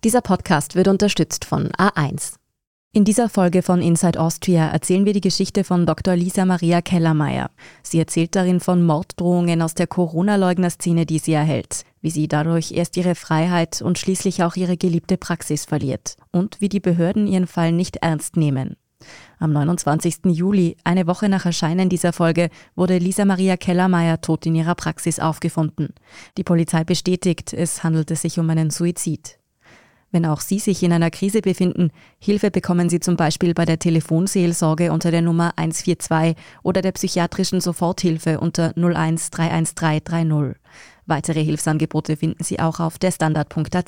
Dieser Podcast wird unterstützt von A1. In dieser Folge von Inside Austria erzählen wir die Geschichte von Dr. Lisa Maria Kellermeier. Sie erzählt darin von Morddrohungen aus der Corona-Leugner-Szene, die sie erhält, wie sie dadurch erst ihre Freiheit und schließlich auch ihre geliebte Praxis verliert und wie die Behörden ihren Fall nicht ernst nehmen. Am 29. Juli, eine Woche nach Erscheinen dieser Folge, wurde Lisa Maria Kellermeier tot in ihrer Praxis aufgefunden. Die Polizei bestätigt, es handelte sich um einen Suizid. Wenn auch Sie sich in einer Krise befinden, Hilfe bekommen Sie zum Beispiel bei der Telefonseelsorge unter der Nummer 142 oder der psychiatrischen Soforthilfe unter 01 313 30. Weitere Hilfsangebote finden Sie auch auf derstandard.at.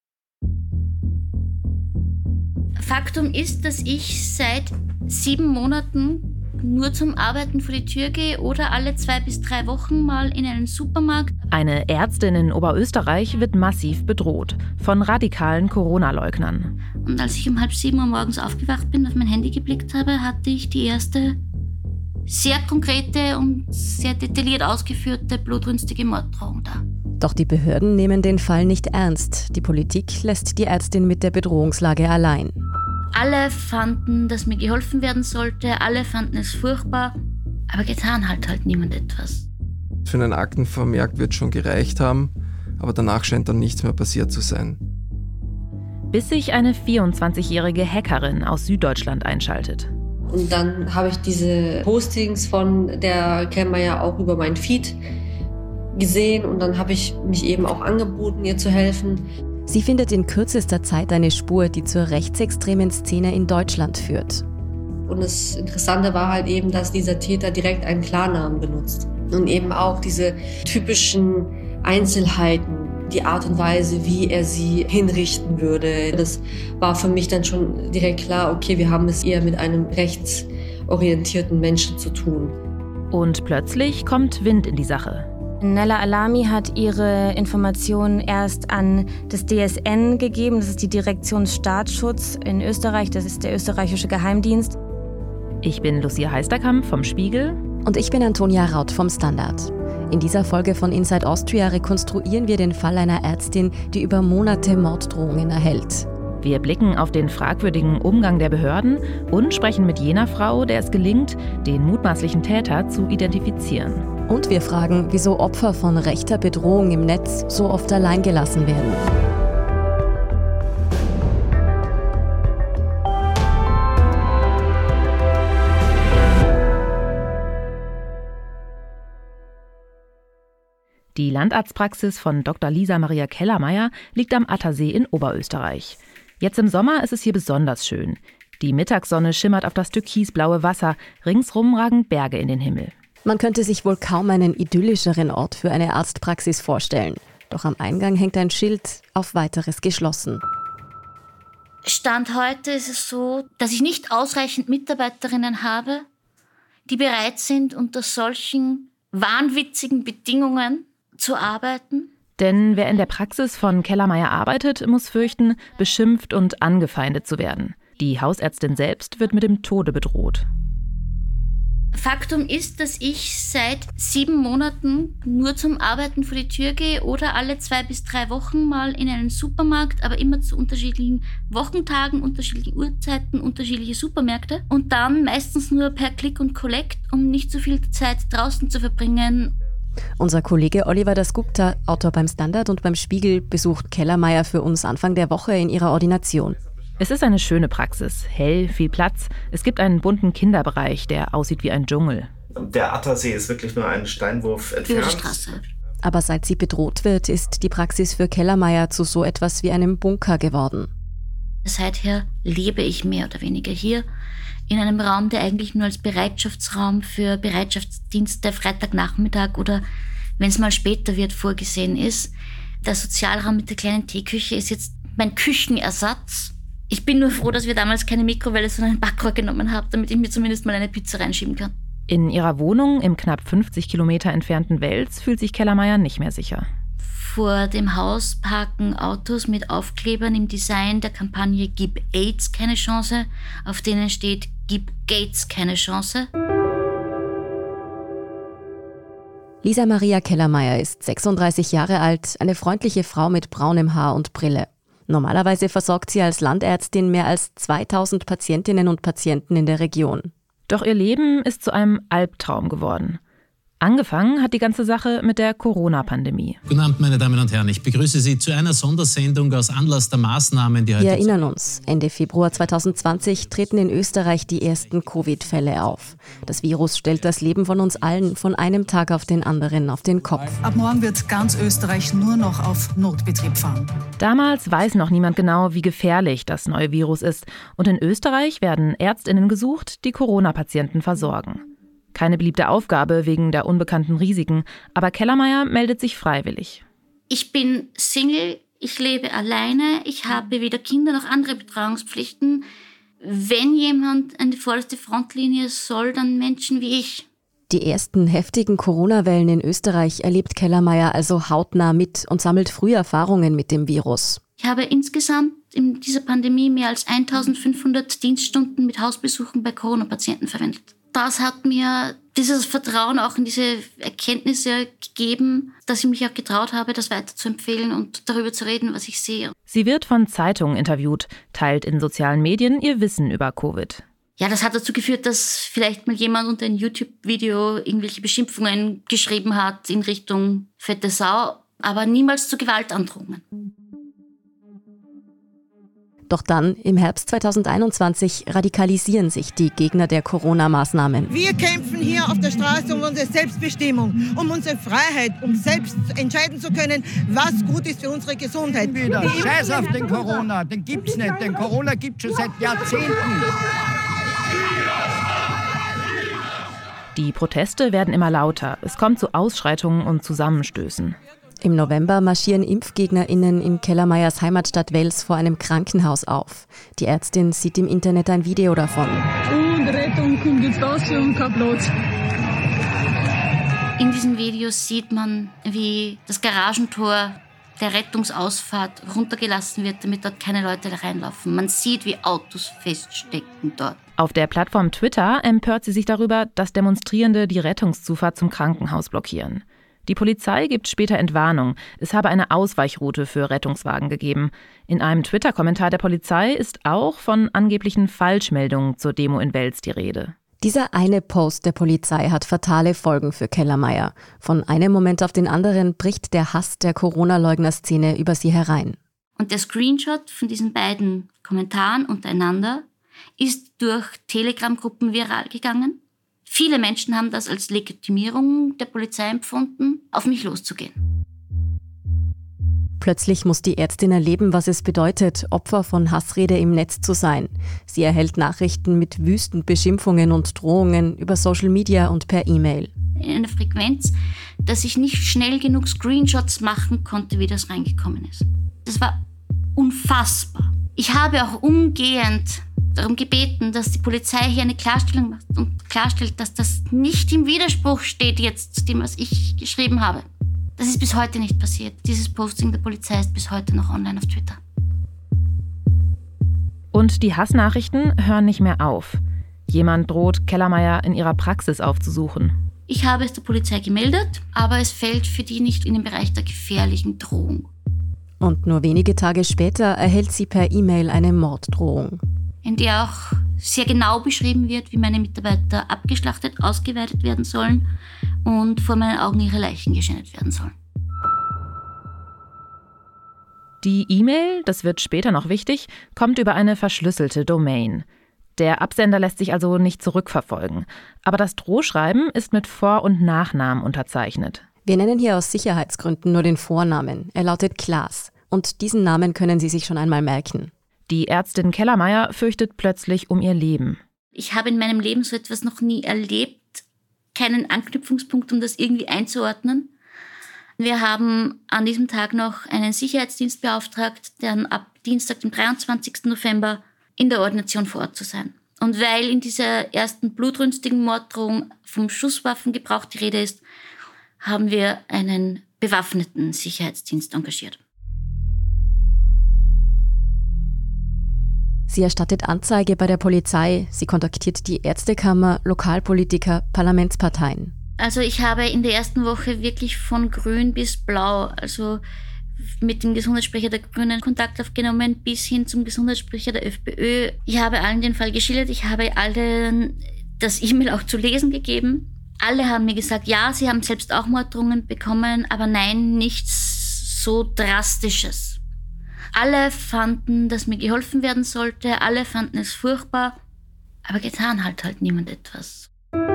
Faktum ist, dass ich seit 7 Monaten nur zum Arbeiten vor die Tür gehe oder alle 2 bis 3 Wochen mal in einen Supermarkt. Eine Ärztin in Oberösterreich wird massiv bedroht von radikalen Corona-Leugnern. Und als ich um 6:30 Uhr morgens aufgewacht bin, auf mein Handy geblickt habe, hatte ich die erste sehr konkrete und sehr detailliert ausgeführte blutrünstige Morddrohung da. Doch die Behörden nehmen den Fall nicht ernst. Die Politik lässt die Ärztin mit der Bedrohungslage allein. Alle fanden, dass mir geholfen werden sollte, alle fanden es furchtbar, aber getan hat halt niemand etwas. Für einen Aktenvermerk wird schon gereicht haben, aber danach scheint dann nichts mehr passiert zu sein. Bis sich eine 24-jährige Hackerin aus Süddeutschland einschaltet. Und dann habe ich diese Postings von der Kellermeier auch über meinen Feed gesehen und dann habe ich mich eben auch angeboten, ihr zu helfen. Sie findet in kürzester Zeit eine Spur, die zur rechtsextremen Szene in Deutschland führt. Und das Interessante war halt eben, dass dieser Täter direkt einen Klarnamen benutzt. Und eben auch diese typischen Einzelheiten, die Art und Weise, wie er sie hinrichten würde. Das war für mich dann schon direkt klar, okay, wir haben es eher mit einem rechtsorientierten Menschen zu tun. Und plötzlich kommt Wind in die Sache. Nella Alami hat ihre Informationen erst an das DSN gegeben. Das ist die Direktion Staatsschutz in Österreich. Das ist der österreichische Geheimdienst. Ich bin Lucia Heisterkamp vom Spiegel. Und ich bin Antonia Raut vom Standard. In dieser Folge von Inside Austria rekonstruieren wir den Fall einer Ärztin, die über Monate Morddrohungen erhält. Wir blicken auf den fragwürdigen Umgang der Behörden und sprechen mit jener Frau, der es gelingt, den mutmaßlichen Täter zu identifizieren. Und wir fragen, wieso Opfer von rechter Bedrohung im Netz so oft allein gelassen werden. Die Landarztpraxis von Dr. Lisa Maria Kellermeier liegt am Attersee in Oberösterreich. Jetzt im Sommer ist es hier besonders schön. Die Mittagssonne schimmert auf das türkisblaue Wasser, ringsrum ragen Berge in den Himmel. Man könnte sich wohl kaum einen idyllischeren Ort für eine Arztpraxis vorstellen. Doch am Eingang hängt ein Schild, auf Weiteres geschlossen. Stand heute ist es so, dass ich nicht ausreichend Mitarbeiterinnen habe, die bereit sind, unter solchen wahnwitzigen Bedingungen zu arbeiten. Denn wer in der Praxis von Kellermeier arbeitet, muss fürchten, beschimpft und angefeindet zu werden. Die Hausärztin selbst wird mit dem Tode bedroht. Faktum ist, dass ich seit 7 Monaten nur zum Arbeiten vor die Tür gehe oder alle 2 bis 3 Wochen mal in einen Supermarkt, aber immer zu unterschiedlichen Wochentagen, unterschiedlichen Uhrzeiten, unterschiedliche Supermärkte und dann meistens nur per Click und Collect, um nicht so viel Zeit draußen zu verbringen. Unser Kollege Oliver Dasgupta, Autor beim Standard und beim Spiegel, besucht Kellermeier für uns Anfang der Woche in ihrer Ordination. Es ist eine schöne Praxis, hell, viel Platz. Es gibt einen bunten Kinderbereich, der aussieht wie ein Dschungel. Der Attersee ist wirklich nur einen Steinwurf entfernt. Über die Straße. Aber seit sie bedroht wird, ist die Praxis für Kellermeier zu so etwas wie einem Bunker geworden. Seither lebe ich mehr oder weniger hier in einem Raum, der eigentlich nur als Bereitschaftsraum für Bereitschaftsdienste Freitagnachmittag oder, wenn es mal später wird, vorgesehen ist. Der Sozialraum mit der kleinen Teeküche ist jetzt mein Küchenersatz. Ich bin nur froh, dass wir damals keine Mikrowelle, sondern ein Backrohr genommen haben, damit ich mir zumindest mal eine Pizza reinschieben kann. In ihrer Wohnung im knapp 50 Kilometer entfernten Wels fühlt sich Kellermeier nicht mehr sicher. Vor dem Haus parken Autos mit Aufklebern im Design der Kampagne Gib AIDS keine Chance, auf denen steht Gib Gates keine Chance. Lisa Maria Kellermeier ist 36 Jahre alt, eine freundliche Frau mit braunem Haar und Brille. Normalerweise versorgt sie als Landärztin mehr als 2000 Patientinnen und Patienten in der Region. Doch ihr Leben ist zu einem Albtraum geworden. Angefangen hat die ganze Sache mit der Corona-Pandemie. Guten Abend, meine Damen und Herren. Ich begrüße Sie zu einer Sondersendung aus Anlass der Maßnahmen, die heute... Wir erinnern uns, Ende Februar 2020 treten in Österreich die ersten Covid-Fälle auf. Das Virus stellt das Leben von uns allen von einem Tag auf den anderen auf den Kopf. Ab morgen wird ganz Österreich nur noch auf Notbetrieb fahren. Damals weiß noch niemand genau, wie gefährlich das neue Virus ist. Und in Österreich werden ÄrztInnen gesucht, die Corona-Patienten versorgen. Keine beliebte Aufgabe wegen der unbekannten Risiken, aber Kellermeier meldet sich freiwillig. Ich bin Single, ich lebe alleine, ich habe weder Kinder noch andere Betreuungspflichten. Wenn jemand an die vorderste Frontlinie soll, dann Menschen wie ich. Die ersten heftigen Corona-Wellen in Österreich erlebt Kellermeier also hautnah mit und sammelt früh Erfahrungen mit dem Virus. Ich habe insgesamt in dieser Pandemie mehr als 1500 Dienststunden mit Hausbesuchen bei Corona-Patienten verwendet. Das hat mir dieses Vertrauen auch in diese Erkenntnisse gegeben, dass ich mich auch getraut habe, das weiter zu empfehlen und darüber zu reden, was ich sehe. Sie wird von Zeitungen interviewt, teilt in sozialen Medien ihr Wissen über Covid. Ja, das hat dazu geführt, dass vielleicht mal jemand unter ein YouTube-Video irgendwelche Beschimpfungen geschrieben hat in Richtung fette Sau, aber niemals zu Gewaltandrohungen. Doch dann, im Herbst 2021, radikalisieren sich die Gegner der Corona-Maßnahmen. Wir kämpfen hier auf der Straße um unsere Selbstbestimmung, um unsere Freiheit, um selbst entscheiden zu können, was gut ist für unsere Gesundheit. Scheiß auf den Corona, den gibt's nicht. Den Corona gibt's schon seit Jahrzehnten. Die Proteste werden immer lauter. Es kommt zu Ausschreitungen und Zusammenstößen. Im November marschieren ImpfgegnerInnen in Kellermeiers Heimatstadt Wels vor einem Krankenhaus auf. Die Ärztin sieht im Internet ein Video davon. Und Rettung kommt jetzt raus und kein Platz. In diesen Videos sieht man, wie das Garagentor der Rettungsausfahrt runtergelassen wird, damit dort keine Leute reinlaufen. Man sieht, wie Autos feststecken dort. Auf der Plattform Twitter empört sie sich darüber, dass Demonstrierende die Rettungszufahrt zum Krankenhaus blockieren. Die Polizei gibt später Entwarnung. Es habe eine Ausweichroute für Rettungswagen gegeben. In einem Twitter-Kommentar der Polizei ist auch von angeblichen Falschmeldungen zur Demo in Wels die Rede. Dieser eine Post der Polizei hat fatale Folgen für Kellermeier. Von einem Moment auf den anderen bricht der Hass der Corona-Leugner-Szene über sie herein. Und der Screenshot von diesen beiden Kommentaren untereinander ist durch Telegram-Gruppen viral gegangen. Viele Menschen haben das als Legitimierung der Polizei empfunden, auf mich loszugehen. Plötzlich muss die Ärztin erleben, was es bedeutet, Opfer von Hassrede im Netz zu sein. Sie erhält Nachrichten mit wüsten Beschimpfungen und Drohungen über Social Media und per E-Mail. In einer Frequenz, dass ich nicht schnell genug Screenshots machen konnte, wie das reingekommen ist. Das war unfassbar. Ich habe auch umgehend darum gebeten, dass die Polizei hier eine Klarstellung macht und klarstellt, dass das nicht im Widerspruch steht jetzt zu dem, was ich geschrieben habe. Das ist bis heute nicht passiert. Dieses Posting der Polizei ist bis heute noch online auf Twitter. Und die Hassnachrichten hören nicht mehr auf. Jemand droht, Kellermeier in ihrer Praxis aufzusuchen. Ich habe es der Polizei gemeldet, aber es fällt für die nicht in den Bereich der gefährlichen Drohung. Und nur wenige Tage später erhält sie per E-Mail eine Morddrohung. In der auch sehr genau beschrieben wird, wie meine Mitarbeiter abgeschlachtet, ausgeweidet werden sollen und vor meinen Augen ihre Leichen geschändet werden sollen. Die E-Mail, das wird später noch wichtig, kommt über eine verschlüsselte Domain. Der Absender lässt sich also nicht zurückverfolgen. Aber das Drohschreiben ist mit Vor- und Nachnamen unterzeichnet. Wir nennen hier aus Sicherheitsgründen nur den Vornamen. Er lautet Klaas. Und diesen Namen können Sie sich schon einmal merken. Die Ärztin Kellermeier fürchtet plötzlich um ihr Leben. Ich habe in meinem Leben so etwas noch nie erlebt. Keinen Anknüpfungspunkt, um das irgendwie einzuordnen. Wir haben an diesem Tag noch einen Sicherheitsdienst beauftragt, der ab Dienstag, dem 23. November, in der Ordination vor Ort zu sein. Und weil in dieser ersten blutrünstigen Morddrohung vom Schusswaffengebrauch die Rede ist, haben wir einen bewaffneten Sicherheitsdienst engagiert. Sie erstattet Anzeige bei der Polizei, sie kontaktiert die Ärztekammer, Lokalpolitiker, Parlamentsparteien. Also ich habe in der ersten Woche wirklich von grün bis blau, also mit dem Gesundheitssprecher der Grünen Kontakt aufgenommen, bis hin zum Gesundheitssprecher der FPÖ. Ich habe allen den Fall geschildert, ich habe allen das E-Mail auch zu lesen gegeben. Alle haben mir gesagt, ja, sie haben selbst auch Morddrohungen bekommen, aber nein, nichts so Drastisches. Alle fanden, dass mir geholfen werden sollte, alle fanden es furchtbar, aber getan hat halt niemand etwas.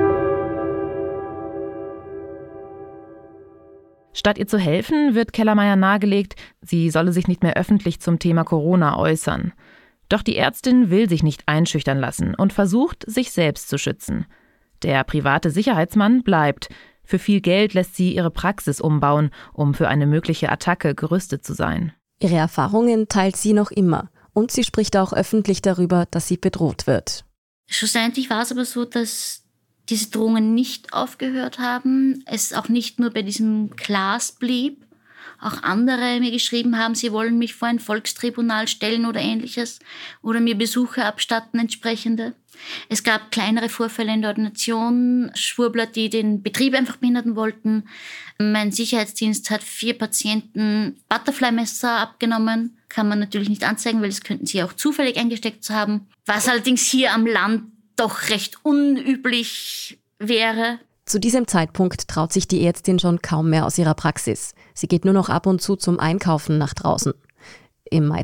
Statt ihr zu helfen, wird Kellermeier nahegelegt, sie solle sich nicht mehr öffentlich zum Thema Corona äußern. Doch die Ärztin will sich nicht einschüchtern lassen und versucht, sich selbst zu schützen. Der private Sicherheitsmann bleibt. Für viel Geld lässt sie ihre Praxis umbauen, um für eine mögliche Attacke gerüstet zu sein. Ihre Erfahrungen teilt sie noch immer und sie spricht auch öffentlich darüber, dass sie bedroht wird. Schlussendlich war es aber so, dass diese Drohungen nicht aufgehört haben, es auch nicht nur bei diesem Klaas blieb, auch andere mir geschrieben haben, sie wollen mich vor ein Volkstribunal stellen oder Ähnliches oder mir Besuche abstatten, entsprechende. Es gab kleinere Vorfälle in der Ordination, Schwurbler, die den Betrieb einfach behindern wollten. Mein Sicherheitsdienst hat 4 Patienten Butterfly-Messer abgenommen. Kann man natürlich nicht anzeigen, weil das könnten sie auch zufällig eingesteckt haben. Was allerdings hier am Land doch recht unüblich wäre. Zu diesem Zeitpunkt traut sich die Ärztin schon kaum mehr aus ihrer Praxis. Sie geht nur noch ab und zu zum Einkaufen nach draußen. Im Mai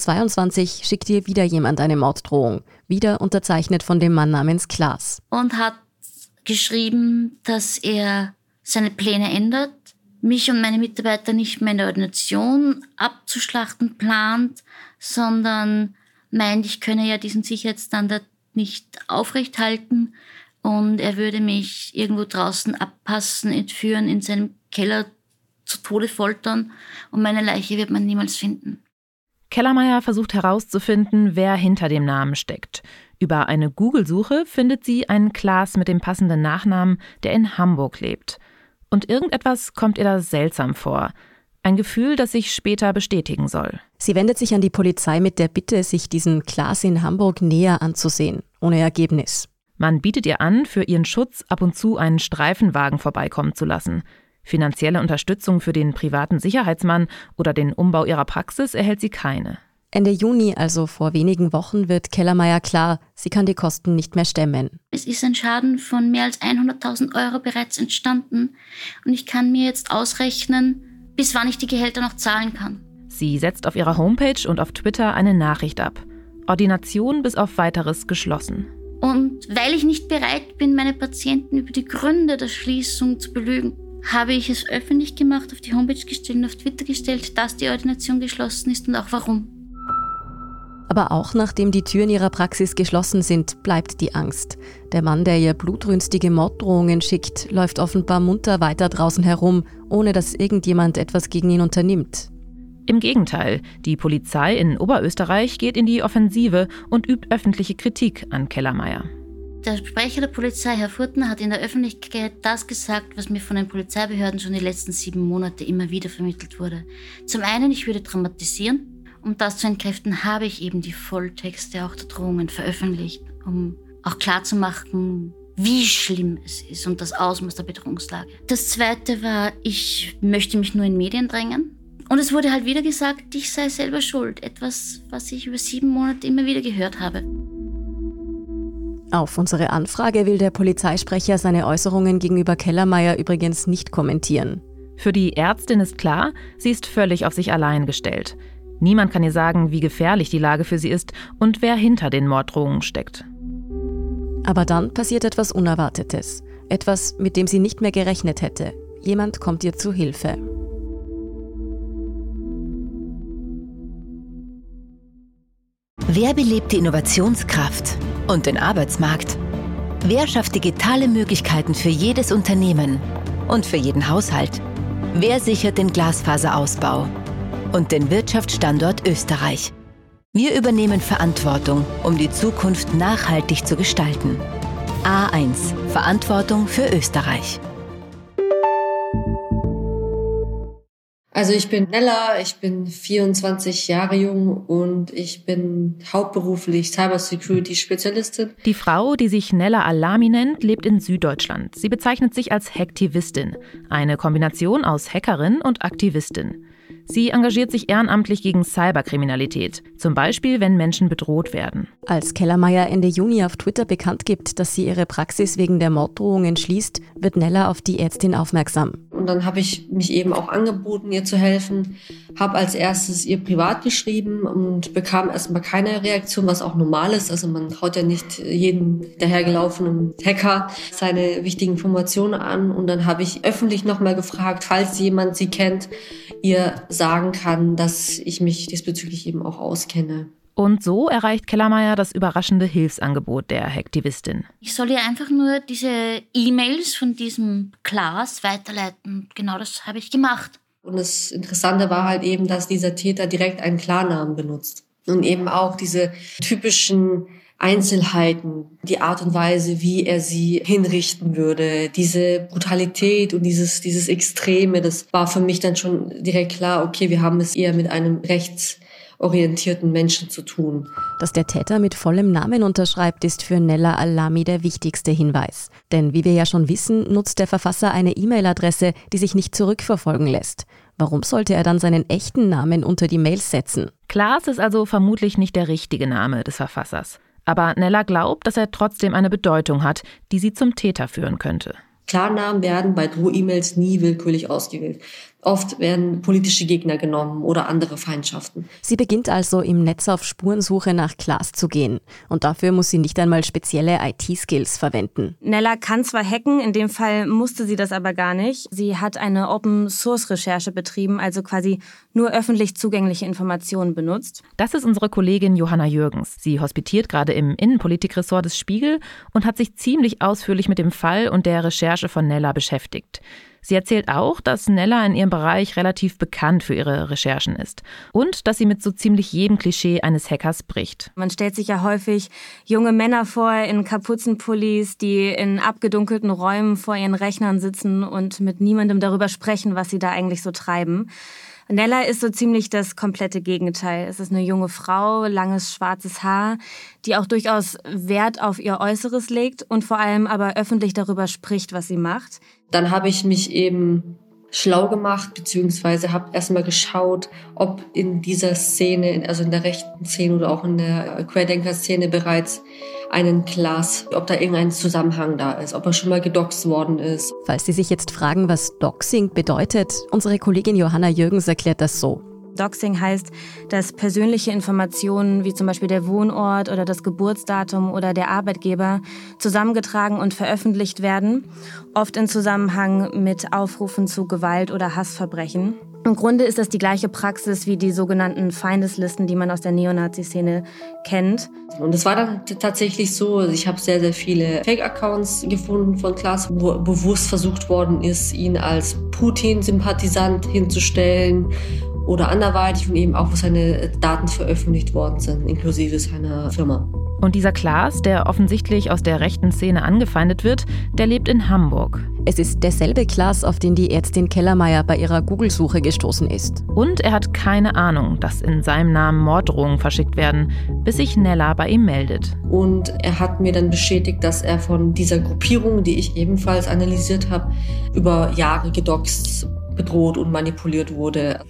2022 schickt ihr wieder jemand eine Morddrohung, wieder unterzeichnet von dem Mann namens Klaas. Und hat geschrieben, dass er seine Pläne ändert, mich und meine Mitarbeiter nicht mehr in der Ordination abzuschlachten plant, sondern meint, ich könne ja diesen Sicherheitsstandard nicht aufrechthalten und er würde mich irgendwo draußen abpassen, entführen, in seinem Keller zu Tode foltern und meine Leiche wird man niemals finden. Kellermeier versucht herauszufinden, wer hinter dem Namen steckt. Über eine Google-Suche findet sie einen Klaas mit dem passenden Nachnamen, der in Hamburg lebt. Und irgendetwas kommt ihr da seltsam vor. Ein Gefühl, das sich später bestätigen soll. Sie wendet sich an die Polizei mit der Bitte, sich diesen Klaas in Hamburg näher anzusehen, ohne Ergebnis. Man bietet ihr an, für ihren Schutz ab und zu einen Streifenwagen vorbeikommen zu lassen. Finanzielle Unterstützung für den privaten Sicherheitsmann oder den Umbau ihrer Praxis erhält sie keine. Ende Juni, also vor wenigen Wochen, wird Kellermeier klar, sie kann die Kosten nicht mehr stemmen. Es ist ein Schaden von mehr als 100.000 € bereits entstanden und ich kann mir jetzt ausrechnen, bis wann ich die Gehälter noch zahlen kann. Sie setzt auf ihrer Homepage und auf Twitter eine Nachricht ab. Ordination bis auf Weiteres geschlossen. Und weil ich nicht bereit bin, meine Patienten über die Gründe der Schließung zu belügen, habe ich es öffentlich gemacht, auf die Homepage gestellt und auf Twitter gestellt, dass die Ordination geschlossen ist und auch warum. Aber auch nachdem die Türen ihrer Praxis geschlossen sind, bleibt die Angst. Der Mann, der ihr blutrünstige Morddrohungen schickt, läuft offenbar munter weiter draußen herum, ohne dass irgendjemand etwas gegen ihn unternimmt. Im Gegenteil, die Polizei in Oberösterreich geht in die Offensive und übt öffentliche Kritik an Kellermeier. Der Sprecher der Polizei, Herr Furtner, hat in der Öffentlichkeit das gesagt, was mir von den Polizeibehörden schon die letzten 7 Monate immer wieder vermittelt wurde. Zum einen, ich würde dramatisieren. Um das zu entkräften, habe ich eben die Volltexte auch der Drohungen veröffentlicht, um auch klarzumachen, wie schlimm es ist und das Ausmaß der Bedrohungslage. Das Zweite war, ich möchte mich nur in Medien drängen. Und es wurde halt wieder gesagt, ich sei selber schuld. Etwas, was ich über 7 Monate immer wieder gehört habe. Auf unsere Anfrage will der Polizeisprecher seine Äußerungen gegenüber Kellermeier übrigens nicht kommentieren. Für die Ärztin ist klar, sie ist völlig auf sich allein gestellt. Niemand kann ihr sagen, wie gefährlich die Lage für sie ist und wer hinter den Morddrohungen steckt. Aber dann passiert etwas Unerwartetes. Etwas, mit dem sie nicht mehr gerechnet hätte. Jemand kommt ihr zu Hilfe. Wer belebt die Innovationskraft und den Arbeitsmarkt? Wer schafft digitale Möglichkeiten für jedes Unternehmen und für jeden Haushalt? Wer sichert den Glasfaserausbau und den Wirtschaftsstandort Österreich? Wir übernehmen Verantwortung, um die Zukunft nachhaltig zu gestalten. A1 – Verantwortung für Österreich. Also ich bin Nella, ich bin 24 Jahre jung und ich bin hauptberuflich Cybersecurity-Spezialistin. Die Frau, die sich Nella Alami nennt, lebt in Süddeutschland. Sie bezeichnet sich als Hacktivistin, eine Kombination aus Hackerin und Aktivistin. Sie engagiert sich ehrenamtlich gegen Cyberkriminalität, zum Beispiel, wenn Menschen bedroht werden. Als Kellermeier Ende Juni auf Twitter bekannt gibt, dass sie ihre Praxis wegen der Morddrohungen schließt, wird Nella auf die Ärztin aufmerksam. Und dann habe ich mich eben auch angeboten, ihr zu helfen, habe als erstes ihr privat geschrieben und bekam erstmal keine Reaktion, was auch normal ist. Also man traut ja nicht jeden dahergelaufenen Hacker seine wichtigen Informationen an. Und dann habe ich öffentlich nochmal gefragt, falls jemand sie kennt, ihr sagen kann, dass ich mich diesbezüglich eben auch auskenne. Und so erreicht Kellermeier das überraschende Hilfsangebot der Hacktivistin. Ich soll ihr einfach nur diese E-Mails von diesem Klaas weiterleiten. Genau das habe ich gemacht. Und das Interessante war halt eben, dass dieser Täter direkt einen Klarnamen benutzt. Und eben auch diese typischen Einzelheiten, die Art und Weise, wie er sie hinrichten würde, diese Brutalität und dieses Extreme, das war für mich dann schon direkt klar, okay, wir haben es eher mit einem rechtsorientierten Menschen zu tun. Dass der Täter mit vollem Namen unterschreibt, ist für Nella Al-Lami der wichtigste Hinweis. Denn wie wir ja schon wissen, nutzt der Verfasser eine E-Mail-Adresse, die sich nicht zurückverfolgen lässt. Warum sollte er dann seinen echten Namen unter die Mails setzen? Klaas ist also vermutlich nicht der richtige Name des Verfassers. Aber Nella glaubt, dass er trotzdem eine Bedeutung hat, die sie zum Täter führen könnte. Klarnamen werden bei Droh-E-Mails nie willkürlich ausgewählt. Oft werden politische Gegner genommen oder andere Feindschaften. Sie beginnt also im Netz auf Spurensuche nach Klaas zu gehen. Und dafür muss sie nicht einmal spezielle IT-Skills verwenden. Nella kann zwar hacken, in dem Fall musste sie das aber gar nicht. Sie hat eine Open-Source-Recherche betrieben, also quasi nur öffentlich zugängliche Informationen benutzt. Das ist unsere Kollegin Johanna Jürgens. Sie hospitiert gerade im Innenpolitik-Ressort des Spiegel und hat sich ziemlich ausführlich mit dem Fall und der Recherche von Nella beschäftigt. Sie erzählt auch, dass Nella in ihrem Bereich relativ bekannt für ihre Recherchen ist und dass sie mit so ziemlich jedem Klischee eines Hackers bricht. Man stellt sich ja häufig junge Männer vor in Kapuzenpullis, die in abgedunkelten Räumen vor ihren Rechnern sitzen und mit niemandem darüber sprechen, was sie da eigentlich so treiben. Nella ist so ziemlich das komplette Gegenteil. Es ist eine junge Frau, langes schwarzes Haar, die auch durchaus Wert auf ihr Äußeres legt und vor allem aber öffentlich darüber spricht, was sie macht. Dann habe ich mich eben schlau gemacht, beziehungsweise habe erstmal geschaut, ob in dieser Szene, also in der rechten Szene oder auch in der Querdenker-Szene bereits einen Klaas, ob da irgendein Zusammenhang da ist, ob er schon mal gedoxt worden ist. Falls Sie sich jetzt fragen, was Doxing bedeutet, unsere Kollegin Johanna Jürgens erklärt das so. Doxing heißt, dass persönliche Informationen wie zum Beispiel der Wohnort oder das Geburtsdatum oder der Arbeitgeber zusammengetragen und veröffentlicht werden, oft in Zusammenhang mit Aufrufen zu Gewalt- oder Hassverbrechen. Im Grunde ist das die gleiche Praxis wie die sogenannten Feindeslisten, die man aus der Neonazi-Szene kennt. Und es war dann tatsächlich so, ich habe sehr, sehr viele Fake-Accounts gefunden von Klaas, wo bewusst versucht worden ist, ihn als Putin-Sympathisant hinzustellen oder anderweitig und eben auch, wo seine Daten veröffentlicht worden sind, inklusive seiner Firma. Und dieser Klaas, der offensichtlich aus der rechten Szene angefeindet wird, der lebt in Hamburg. Es ist derselbe Klaas, auf den die Ärztin Kellermeier bei ihrer Google-Suche gestoßen ist. Und er hat keine Ahnung, dass in seinem Namen Morddrohungen verschickt werden, bis sich Nella bei ihm meldet. Und er hat mir dann bestätigt, dass er von dieser Gruppierung, die ich ebenfalls analysiert habe, über Jahre gedoxt, bedroht und manipuliert wurde.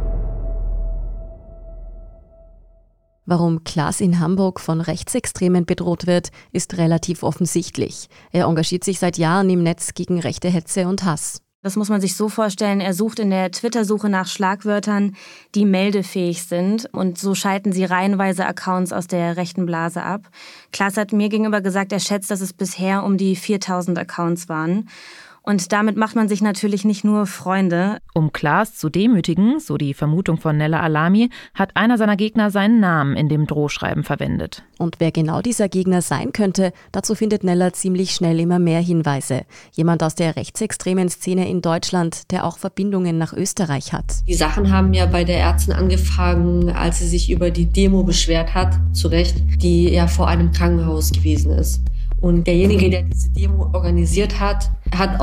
Warum Klaas in Hamburg von Rechtsextremen bedroht wird, ist relativ offensichtlich. Er engagiert sich seit Jahren im Netz gegen rechte Hetze und Hass. Das muss man sich so vorstellen, er sucht in der Twitter-Suche nach Schlagwörtern, die meldefähig sind. Und so schalten sie reihenweise Accounts aus der rechten Blase ab. Klaas hat mir gegenüber gesagt, er schätzt, dass es bisher um die 4000 Accounts waren. Und damit macht man sich natürlich nicht nur Freunde. Um Klaas zu demütigen, so die Vermutung von Nella Al-Lami, hat einer seiner Gegner seinen Namen in dem Drohschreiben verwendet. Und wer genau dieser Gegner sein könnte, dazu findet Nella ziemlich schnell immer mehr Hinweise. Jemand aus der rechtsextremen Szene in Deutschland, der auch Verbindungen nach Österreich hat. Die Sachen haben ja bei der Ärztin angefangen, als sie sich über die Demo beschwert hat, zu Recht, die ja vor einem Krankenhaus gewesen ist. Und derjenige, der diese Demo organisiert hat, hat auch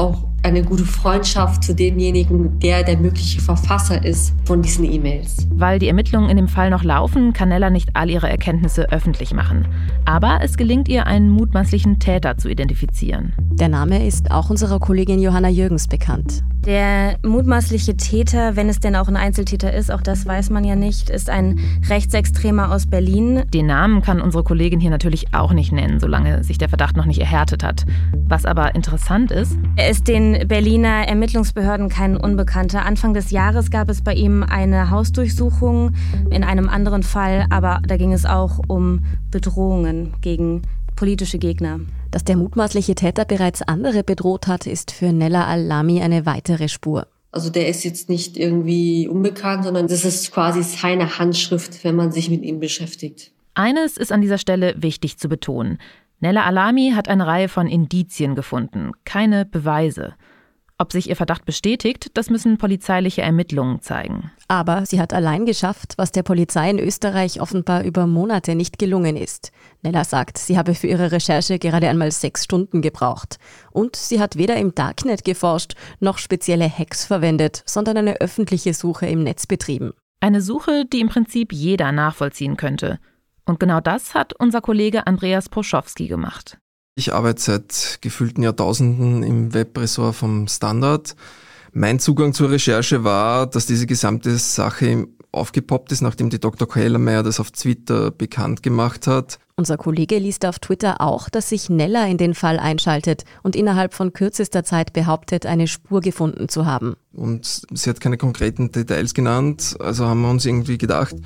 eine gute Freundschaft zu demjenigen, der mögliche Verfasser ist von diesen E-Mails. Weil die Ermittlungen in dem Fall noch laufen, kann Nella nicht all ihre Erkenntnisse öffentlich machen. Aber es gelingt ihr, einen mutmaßlichen Täter zu identifizieren. Der Name ist auch unserer Kollegin Johanna Jürgens bekannt. Der mutmaßliche Täter, wenn es denn auch ein Einzeltäter ist, auch das weiß man ja nicht, ist ein Rechtsextremer aus Berlin. Den Namen kann unsere Kollegin hier natürlich auch nicht nennen, solange sich der Verdacht noch nicht erhärtet hat. Was aber interessant ist: Er ist den Berliner Ermittlungsbehörden kein Unbekannter. Anfang des Jahres gab es bei ihm eine Hausdurchsuchung in einem anderen Fall, aber da ging es auch um Bedrohungen gegen politische Gegner. Dass der mutmaßliche Täter bereits andere bedroht hat, ist für Nella Al-Lami eine weitere Spur. Also der ist jetzt nicht irgendwie unbekannt, sondern das ist quasi seine Handschrift, wenn man sich mit ihm beschäftigt. Eines ist an dieser Stelle wichtig zu betonen. Nella Al-Lami hat eine Reihe von Indizien gefunden, keine Beweise. Ob sich ihr Verdacht bestätigt, das müssen polizeiliche Ermittlungen zeigen. Aber sie hat allein geschafft, was der Polizei in Österreich offenbar über Monate nicht gelungen ist. Nella sagt, sie habe für ihre Recherche gerade einmal 6 Stunden gebraucht. Und sie hat weder im Darknet geforscht, noch spezielle Hacks verwendet, sondern eine öffentliche Suche im Netz betrieben. Eine Suche, die im Prinzip jeder nachvollziehen könnte. Und genau das hat unser Kollege Andreas Proschowski gemacht. Ich arbeite seit gefühlten Jahrtausenden im Webressort vom Standard. Mein Zugang zur Recherche war, dass diese gesamte Sache aufgepoppt ist, nachdem die Dr. Kellermeier das auf Twitter bekannt gemacht hat. Unser Kollege liest auf Twitter auch, dass sich Nella in den Fall einschaltet und innerhalb von kürzester Zeit behauptet, eine Spur gefunden zu haben. Und sie hat keine konkreten Details genannt, also haben wir uns irgendwie gedacht,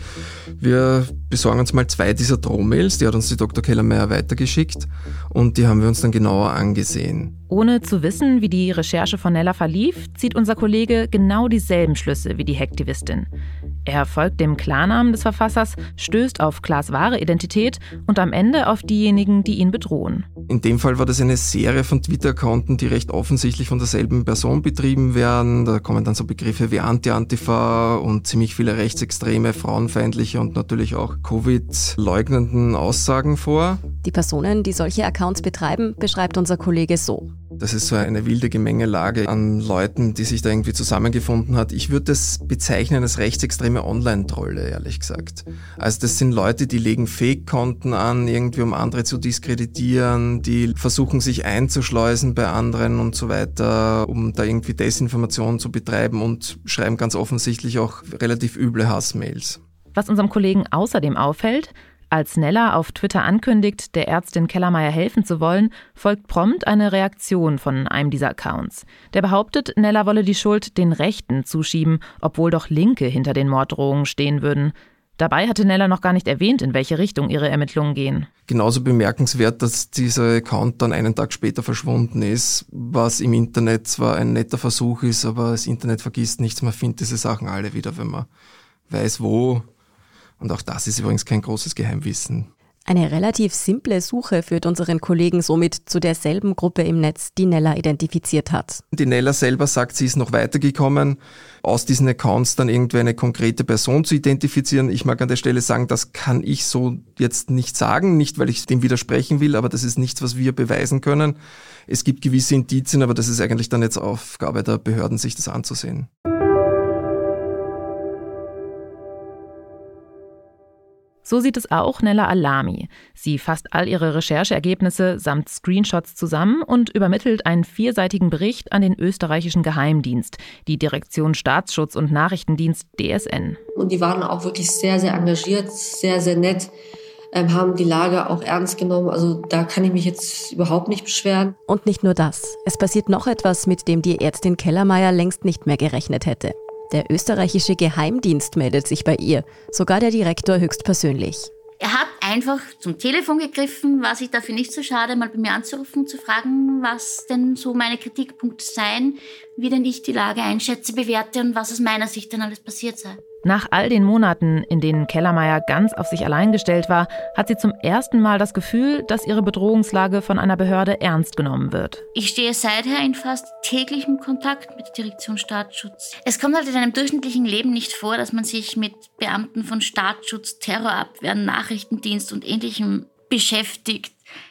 wir besorgen uns mal 2 dieser Drohmails, die hat uns die Dr. Kellermeier weitergeschickt und die haben wir uns dann genauer angesehen. Ohne zu wissen, wie die Recherche von Nella verlief, zieht unser Kollege genau dieselben Schlüsse wie die Hacktivistin. Er folgt dem Klarnamen des Verfassers, stößt auf Klaas' wahre Identität und am Ende auf diejenigen, die ihn bedrohen. In dem Fall war das eine Serie von Twitter-Accounten, die recht offensichtlich von derselben Person betrieben werden. Da kommen dann so Begriffe wie Anti-Antifa und ziemlich viele rechtsextreme, frauenfeindliche und natürlich auch Covid-leugnenden Aussagen vor. Die Personen, die solche Accounts betreiben, beschreibt unser Kollege so. Das ist so eine wilde Gemengelage an Leuten, die sich da irgendwie zusammengefunden hat. Ich würde das bezeichnen als rechtsextreme Online-Trolle, ehrlich gesagt. Also das sind Leute, die legen Fake-Konten an, irgendwie um andere zu diskreditieren, die versuchen sich einzuschleusen bei anderen und so weiter, um da irgendwie Desinformation zu betreiben und schreiben ganz offensichtlich auch relativ üble Hassmails. Was unserem Kollegen außerdem auffällt: Als Nella auf Twitter ankündigt, der Ärztin Kellermeier helfen zu wollen, folgt prompt eine Reaktion von einem dieser Accounts. Der behauptet, Nella wolle die Schuld den Rechten zuschieben, obwohl doch Linke hinter den Morddrohungen stehen würden. Dabei hatte Nella noch gar nicht erwähnt, in welche Richtung ihre Ermittlungen gehen. Genauso bemerkenswert, dass dieser Account dann einen Tag später verschwunden ist, was im Internet zwar ein netter Versuch ist, aber das Internet vergisst nichts, man findet diese Sachen alle wieder, wenn man weiß wo. Und auch das ist übrigens kein großes Geheimwissen. Eine relativ simple Suche führt unseren Kollegen somit zu derselben Gruppe im Netz, die Nella identifiziert hat. Die Nella selber sagt, sie ist noch weitergekommen, aus diesen Accounts dann irgendwie eine konkrete Person zu identifizieren. Ich mag an der Stelle sagen, das kann ich so jetzt nicht sagen, nicht weil ich dem widersprechen will, aber das ist nichts, was wir beweisen können. Es gibt gewisse Indizien, aber das ist eigentlich dann jetzt Aufgabe der Behörden, sich das anzusehen. So sieht es auch Nella Al-Lami. Sie fasst all ihre Rechercheergebnisse samt Screenshots zusammen und übermittelt einen 4-seitigen Bericht an den österreichischen Geheimdienst, die Direktion Staatsschutz und Nachrichtendienst DSN. Und die waren auch wirklich sehr, sehr engagiert, sehr, sehr nett, haben die Lage auch ernst genommen. Also da kann ich mich jetzt überhaupt nicht beschweren. Und nicht nur das. Es passiert noch etwas, mit dem die Ärztin Kellermeier längst nicht mehr gerechnet hätte. Der österreichische Geheimdienst meldet sich bei ihr, sogar der Direktor höchstpersönlich. Er hat einfach zum Telefon gegriffen, war sich dafür nicht so schade, mal bei mir anzurufen, zu fragen, was denn so meine Kritikpunkte seien, wie denn ich die Lage einschätze, bewerte und was aus meiner Sicht denn alles passiert sei. Nach all den Monaten, in denen Kellermeier ganz auf sich allein gestellt war, hat sie zum ersten Mal das Gefühl, dass ihre Bedrohungslage von einer Behörde ernst genommen wird. Ich stehe seither in fast täglichem Kontakt mit der Direktion Staatsschutz. Es kommt halt in einem durchschnittlichen Leben nicht vor, dass man sich mit Beamten von Staatsschutz, Terrorabwehr, Nachrichtendienst und Ähnlichem beschäftigt.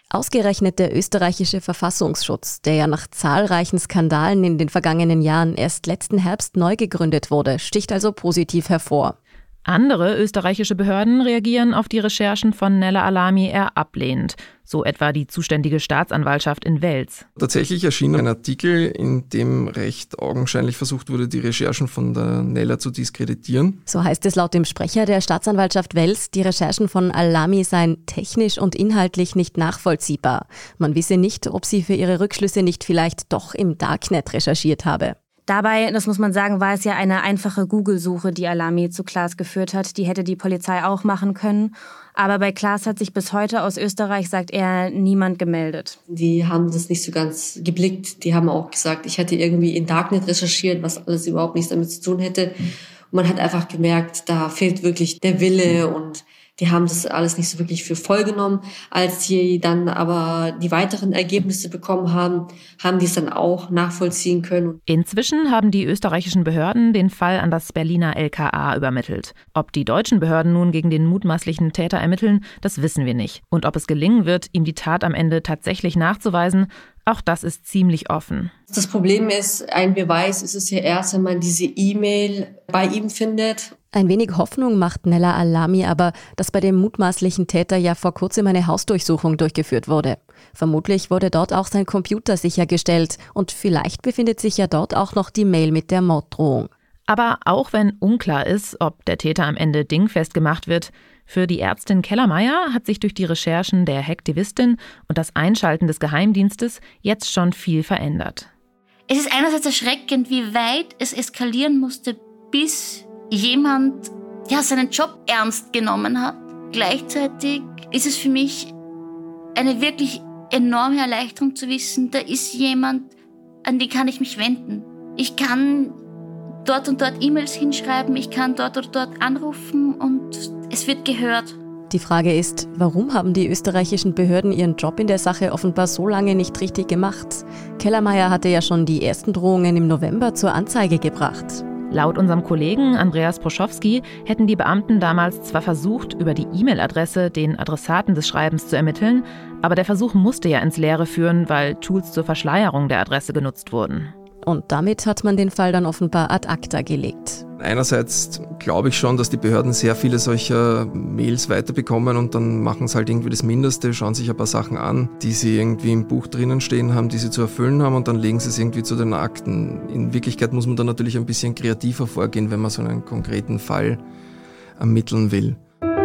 Ausgerechnet der österreichische Verfassungsschutz, der ja nach zahlreichen Skandalen in den vergangenen Jahren erst letzten Herbst neu gegründet wurde, sticht also positiv hervor. Andere österreichische Behörden reagieren auf die Recherchen von Nella Alami eher ablehnend, so etwa die zuständige Staatsanwaltschaft in Wels. Tatsächlich erschien ein Artikel, in dem recht augenscheinlich versucht wurde, die Recherchen von der Nella zu diskreditieren. So heißt es laut dem Sprecher der Staatsanwaltschaft Wels, die Recherchen von Alami seien technisch und inhaltlich nicht nachvollziehbar. Man wisse nicht, ob sie für ihre Rückschlüsse nicht vielleicht doch im Darknet recherchiert habe. Dabei, das muss man sagen, war es ja eine einfache Google-Suche, die Alami zu Klaas geführt hat. Die hätte die Polizei auch machen können. Aber bei Klaas hat sich bis heute aus Österreich, sagt er, niemand gemeldet. Die haben das nicht so ganz geblickt. Die haben auch gesagt, ich hätte irgendwie in Darknet recherchiert, was alles überhaupt nichts damit zu tun hätte. Und man hat einfach gemerkt, da fehlt wirklich der Wille und die haben das alles nicht so wirklich für voll genommen. Als sie dann aber die weiteren Ergebnisse bekommen haben, haben die es dann auch nachvollziehen können. Inzwischen haben die österreichischen Behörden den Fall an das Berliner LKA übermittelt. Ob die deutschen Behörden nun gegen den mutmaßlichen Täter ermitteln, das wissen wir nicht. Und ob es gelingen wird, ihm die Tat am Ende tatsächlich nachzuweisen, auch das ist ziemlich offen. Das Problem ist, ein Beweis ist es ja erst, wenn man diese E-Mail bei ihm findet. Ein wenig Hoffnung macht Nella Alami aber, dass bei dem mutmaßlichen Täter ja vor kurzem eine Hausdurchsuchung durchgeführt wurde. Vermutlich wurde dort auch sein Computer sichergestellt und vielleicht befindet sich ja dort auch noch die Mail mit der Morddrohung. Aber auch wenn unklar ist, ob der Täter am Ende dingfest gemacht wird, für die Ärztin Kellermeier hat sich durch die Recherchen der Hacktivistin und das Einschalten des Geheimdienstes jetzt schon viel verändert. Es ist einerseits erschreckend, wie weit es eskalieren musste, bis jemand seinen Job ernst genommen hat. Gleichzeitig ist es für mich eine wirklich enorme Erleichterung zu wissen, da ist jemand, an den kann ich mich wenden. Ich kann dort und dort E-Mails hinschreiben, ich kann dort oder dort anrufen und es wird gehört. Die Frage ist, warum haben die österreichischen Behörden ihren Job in der Sache offenbar so lange nicht richtig gemacht? Kellermeier hatte ja schon die ersten Drohungen im November zur Anzeige gebracht. Laut unserem Kollegen Andreas Proschowski hätten die Beamten damals zwar versucht, über die E-Mail-Adresse den Adressaten des Schreibens zu ermitteln, aber der Versuch musste ja ins Leere führen, weil Tools zur Verschleierung der Adresse genutzt wurden. Und damit hat man den Fall dann offenbar ad acta gelegt. Einerseits glaube ich schon, dass die Behörden sehr viele solcher Mails weiterbekommen und dann machen sie halt irgendwie das Mindeste, schauen sich ein paar Sachen an, die sie irgendwie im Buch drinnen stehen haben, die sie zu erfüllen haben und dann legen sie es irgendwie zu den Akten. In Wirklichkeit muss man dann natürlich ein bisschen kreativer vorgehen, wenn man so einen konkreten Fall ermitteln will.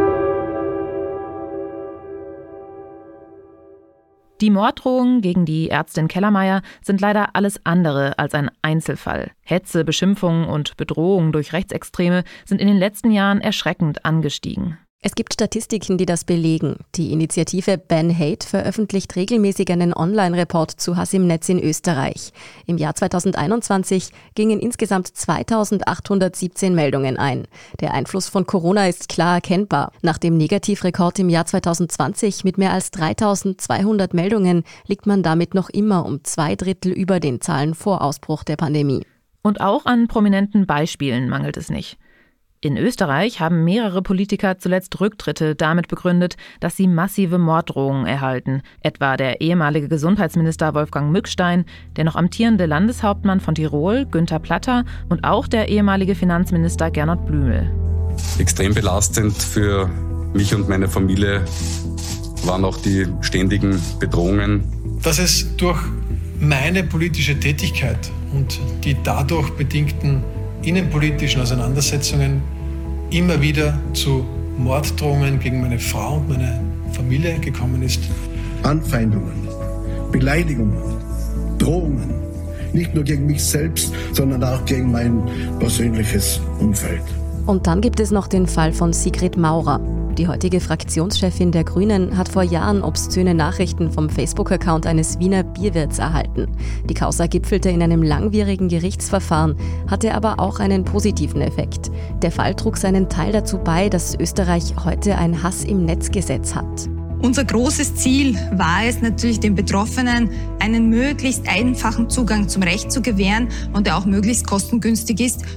Die Morddrohungen gegen die Ärztin Kellermeier sind leider alles andere als ein Einzelfall. Hetze, Beschimpfungen und Bedrohungen durch Rechtsextreme sind in den letzten Jahren erschreckend angestiegen. Es gibt Statistiken, die das belegen. Die Initiative Ban Hate veröffentlicht regelmäßig einen Online-Report zu Hass im Netz in Österreich. Im Jahr 2021 gingen insgesamt 2817 Meldungen ein. Der Einfluss von Corona ist klar erkennbar. Nach dem Negativrekord im Jahr 2020 mit mehr als 3200 Meldungen liegt man damit noch immer um 2/3 über den Zahlen vor Ausbruch der Pandemie. Und auch an prominenten Beispielen mangelt es nicht. In Österreich haben mehrere Politiker zuletzt Rücktritte damit begründet, dass sie massive Morddrohungen erhalten. Etwa der ehemalige Gesundheitsminister Wolfgang Mückstein, der noch amtierende Landeshauptmann von Tirol, Günther Platter und auch der ehemalige Finanzminister Gernot Blümel. Extrem belastend für mich und meine Familie waren auch die ständigen Bedrohungen. Dass es durch meine politische Tätigkeit und die dadurch bedingten innenpolitischen Auseinandersetzungen immer wieder zu Morddrohungen gegen meine Frau und meine Familie gekommen ist. Anfeindungen, Beleidigungen, Drohungen, nicht nur gegen mich selbst, sondern auch gegen mein persönliches Umfeld. Und dann gibt es noch den Fall von Sigrid Maurer. Die heutige Fraktionschefin der Grünen hat vor Jahren obszöne Nachrichten vom Facebook-Account eines Wiener Bierwirts erhalten. Die Causa gipfelte in einem langwierigen Gerichtsverfahren, hatte aber auch einen positiven Effekt. Der Fall trug seinen Teil dazu bei, dass Österreich heute ein Hass-im-Netz-Gesetz hat. Unser großes Ziel war es natürlich, den Betroffenen einen möglichst einfachen Zugang zum Recht zu gewähren und der auch möglichst kostengünstig ist.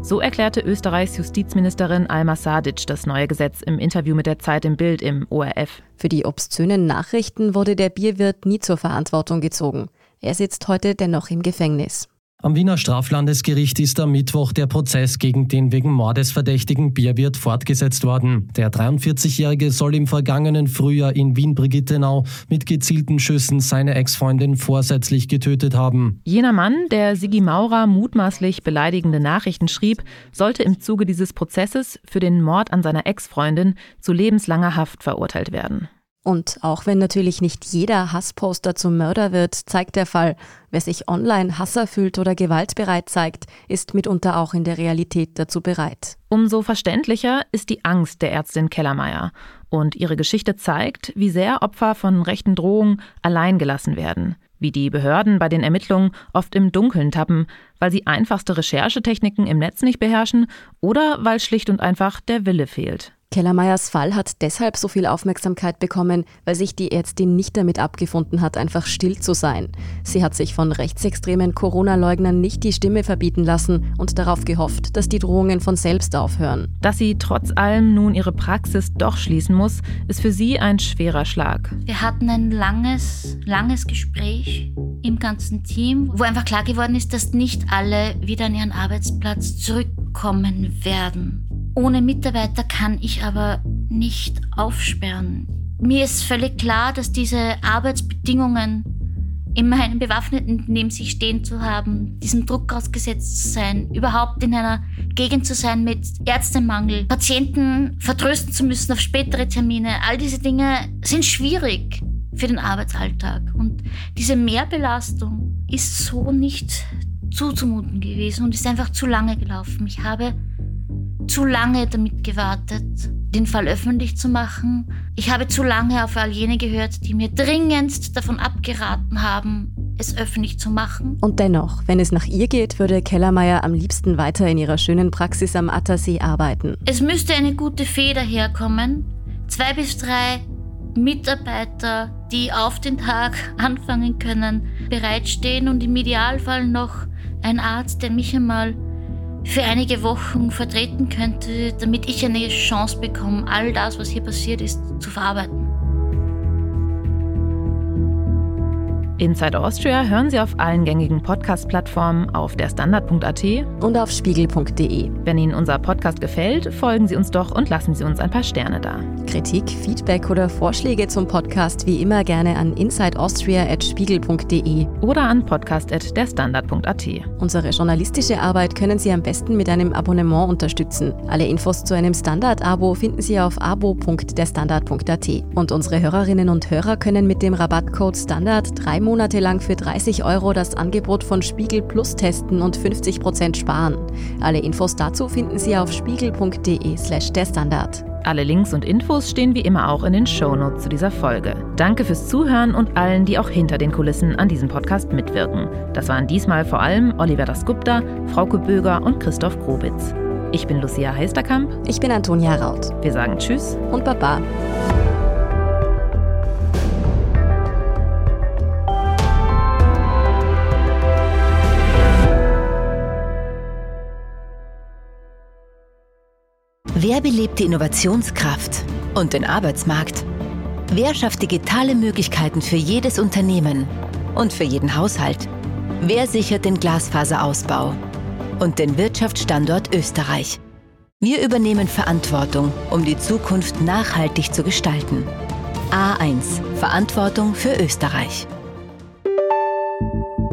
So erklärte Österreichs Justizministerin Alma Sadic das neue Gesetz im Interview mit der Zeit im Bild im ORF. Für die obszönen Nachrichten wurde der Bierwirt nie zur Verantwortung gezogen. Er sitzt heute dennoch im Gefängnis. Am Wiener Straflandesgericht ist am Mittwoch der Prozess gegen den wegen Mordes verdächtigen Bierwirt fortgesetzt worden. Der 43-Jährige soll im vergangenen Frühjahr in Wien-Brigittenau mit gezielten Schüssen seine Ex-Freundin vorsätzlich getötet haben. Jener Mann, der Sigi Maurer mutmaßlich beleidigende Nachrichten schrieb, sollte im Zuge dieses Prozesses für den Mord an seiner Ex-Freundin zu lebenslanger Haft verurteilt werden. Und auch wenn natürlich nicht jeder Hassposter zum Mörder wird, zeigt der Fall, wer sich online hasserfüllt oder gewaltbereit zeigt, ist mitunter auch in der Realität dazu bereit. Umso verständlicher ist die Angst der Ärztin Kellermeier. Und ihre Geschichte zeigt, wie sehr Opfer von rechten Drohungen allein gelassen werden. Wie die Behörden bei den Ermittlungen oft im Dunkeln tappen, weil sie einfachste Recherchetechniken im Netz nicht beherrschen oder weil schlicht und einfach der Wille fehlt. Kellermeiers Fall hat deshalb so viel Aufmerksamkeit bekommen, weil sich die Ärztin nicht damit abgefunden hat, einfach still zu sein. Sie hat sich von rechtsextremen Corona-Leugnern nicht die Stimme verbieten lassen und darauf gehofft, dass die Drohungen von selbst aufhören. Dass sie trotz allem nun ihre Praxis doch schließen muss, ist für sie ein schwerer Schlag. Wir hatten ein langes Gespräch im ganzen Team, wo einfach klar geworden ist, dass nicht alle wieder an ihren Arbeitsplatz zurückkommen werden. Ohne Mitarbeiter kann ich aber nicht aufsperren. Mir ist völlig klar, dass diese Arbeitsbedingungen, immer einen Bewaffneten neben sich stehen zu haben, diesem Druck ausgesetzt zu sein, überhaupt in einer Gegend zu sein mit Ärztemangel, Patienten vertrösten zu müssen auf spätere Termine, all diese Dinge sind schwierig für den Arbeitsalltag. Und diese Mehrbelastung ist so nicht zuzumuten gewesen und ist einfach zu lange gelaufen. Ich habe zu lange damit gewartet, den Fall öffentlich zu machen. Ich habe zu lange auf all jene gehört, die mir dringendst davon abgeraten haben, es öffentlich zu machen. Und dennoch, wenn es nach ihr geht, würde Kellermeier am liebsten weiter in ihrer schönen Praxis am Attersee arbeiten. Es müsste eine gute Fee daherkommen. 2 bis 3 Mitarbeiter, die auf den Tag anfangen können, bereitstehen und im Idealfall noch ein Arzt, der mich einmal für einige Wochen vertreten könnte, damit ich eine Chance bekomme, all das, was hier passiert ist, zu verarbeiten. Inside Austria hören Sie auf allen gängigen Podcast-Plattformen, auf derstandard.at und auf spiegel.de. Wenn Ihnen unser Podcast gefällt, folgen Sie uns doch und lassen Sie uns ein paar Sterne da. Kritik, Feedback oder Vorschläge zum Podcast wie immer gerne an insideaustria@spiegel.de oder an podcast@derstandard.at. Unsere journalistische Arbeit können Sie am besten mit einem Abonnement unterstützen. Alle Infos zu einem Standard-Abo finden Sie auf abo.derstandard.at. Und unsere Hörerinnen und Hörer können mit dem Rabattcode STANDARD 3 Monate lang für 30 € das Angebot von Spiegel Plus testen und 50% sparen. Alle Infos dazu finden Sie auf spiegel.de/derstandard. Alle Links und Infos stehen wie immer auch in den Shownotes zu dieser Folge. Danke fürs Zuhören und allen, die auch hinter den Kulissen an diesem Podcast mitwirken. Das waren diesmal vor allem Oliver Dasgupta, Frauke Böger und Christoph Grobitz. Ich bin Lucia Heisterkamp. Ich bin Antonia Raut. Wir sagen Tschüss und Baba. Wer belebt die Innovationskraft und den Arbeitsmarkt? Wer schafft digitale Möglichkeiten für jedes Unternehmen und für jeden Haushalt? Wer sichert den Glasfaserausbau und den Wirtschaftsstandort Österreich? Wir übernehmen Verantwortung, um die Zukunft nachhaltig zu gestalten. A1 – Verantwortung für Österreich.